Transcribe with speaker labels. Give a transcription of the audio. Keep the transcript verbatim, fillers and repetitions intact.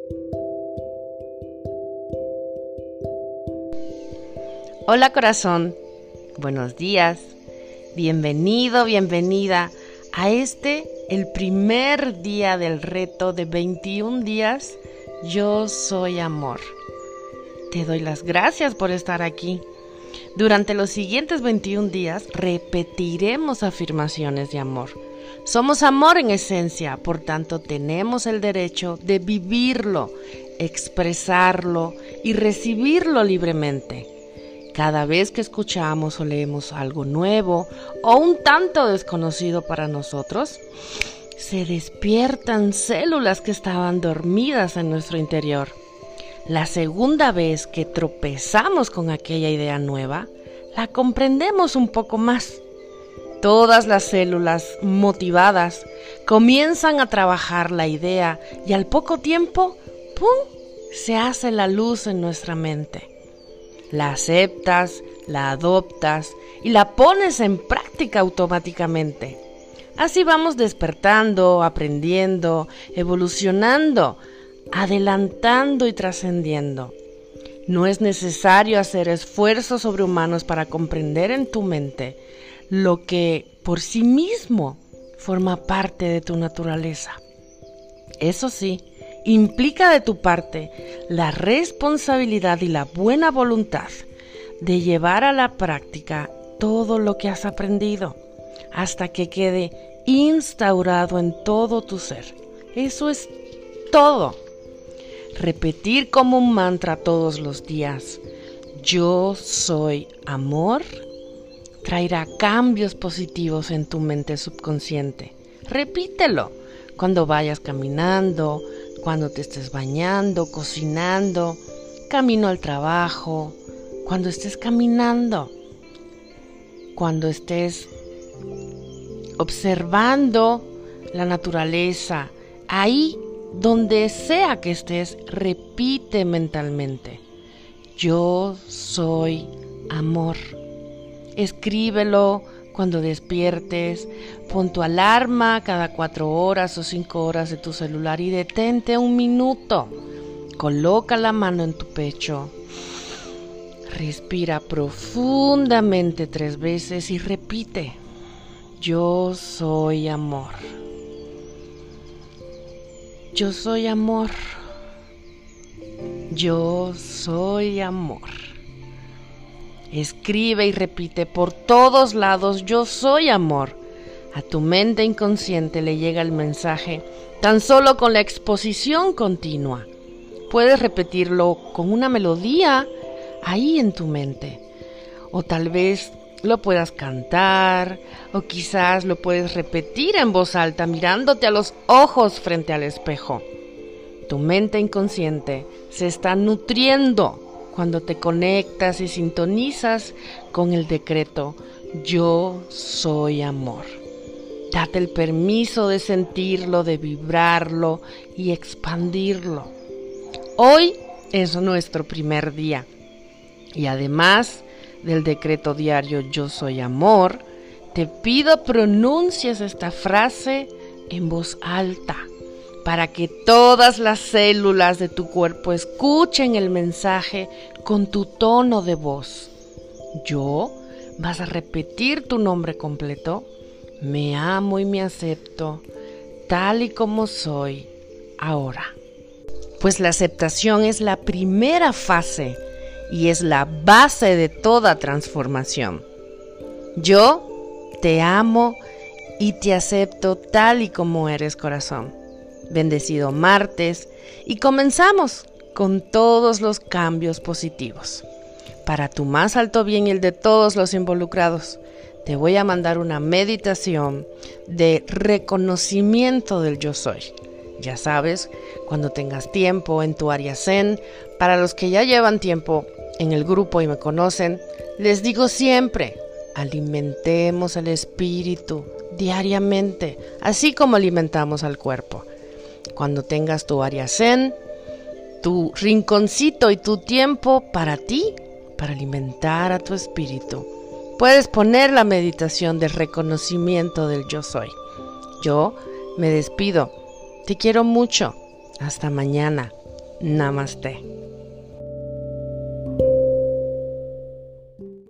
Speaker 1: Hola corazón, buenos días, bienvenido, bienvenida a este, el primer día del reto de veintiún días, Yo Soy Amor. Te doy las gracias por estar aquí. Durante los siguientes veintiún días repetiremos afirmaciones de amor. Somos amor en esencia, por tanto tenemos el derecho de vivirlo, expresarlo y recibirlo libremente. Cada vez que escuchamos o leemos algo nuevo o un tanto desconocido para nosotros, se despiertan células que estaban dormidas en nuestro interior. La segunda vez que tropezamos con aquella idea nueva, la comprendemos un poco más. Todas las células motivadas comienzan a trabajar la idea y al poco tiempo, ¡pum!, se hace la luz en nuestra mente. La aceptas, la adoptas y la pones en práctica automáticamente. Así vamos despertando, aprendiendo, evolucionando, adelantando y trascendiendo. No es necesario hacer esfuerzos sobrehumanos para comprender en tu mente lo que por sí mismo forma parte de tu naturaleza. Eso sí, implica de tu parte la responsabilidad y la buena voluntad de llevar a la práctica todo lo que has aprendido hasta que quede instaurado en todo tu ser. Eso es todo. Repetir como un mantra todos los días, Yo soy amor, traerá cambios positivos en tu mente subconsciente. Repítelo cuando vayas caminando, cuando te estés bañando, cocinando, camino al trabajo, cuando estés caminando, cuando estés observando la naturaleza, ahí donde sea que estés, repite mentalmente, Yo soy amor. Escríbelo cuando despiertes, pon tu alarma cada cuatro horas o cinco horas de tu celular y detente un minuto. Coloca la mano en tu pecho. Respira profundamente tres veces y repite, Yo soy amor. Yo soy amor. Yo soy amor. Escribe y repite por todos lados, Yo soy amor. A tu mente inconsciente le llega el mensaje tan solo con la exposición continua. Puedes repetirlo con una melodía ahí en tu mente. O tal vez lo puedas cantar, o quizás lo puedes repetir en voz alta mirándote a los ojos frente al espejo. Tu mente inconsciente se está nutriendo cuando te conectas y sintonizas con el decreto Yo soy amor. Date el permiso de sentirlo, de vibrarlo y expandirlo. Hoy es nuestro primer día y además del decreto diario Yo soy amor, te pido pronuncies esta frase en voz alta para que todas las células de tu cuerpo escuchen el mensaje con tu tono de voz. Yo, vas a repetir tu nombre completo, me amo y me acepto tal y como soy ahora. Pues la aceptación es la primera fase y es la base de toda transformación. Yo te amo y te acepto tal y como eres, corazón. Bendecido martes y comenzamos con todos los cambios positivos. Para tu más alto bien y el de todos los involucrados, te voy a mandar una meditación de reconocimiento del yo soy. Ya sabes, cuando tengas tiempo en tu área zen, para los que ya llevan tiempo en el grupo y me conocen, les digo siempre, alimentemos el espíritu diariamente, así como alimentamos al cuerpo. Cuando tengas tu área zen, tu rinconcito y tu tiempo para ti, para alimentar a tu espíritu, puedes poner la meditación de reconocimiento del yo soy. Yo me despido. Te quiero mucho. Hasta mañana. Namaste.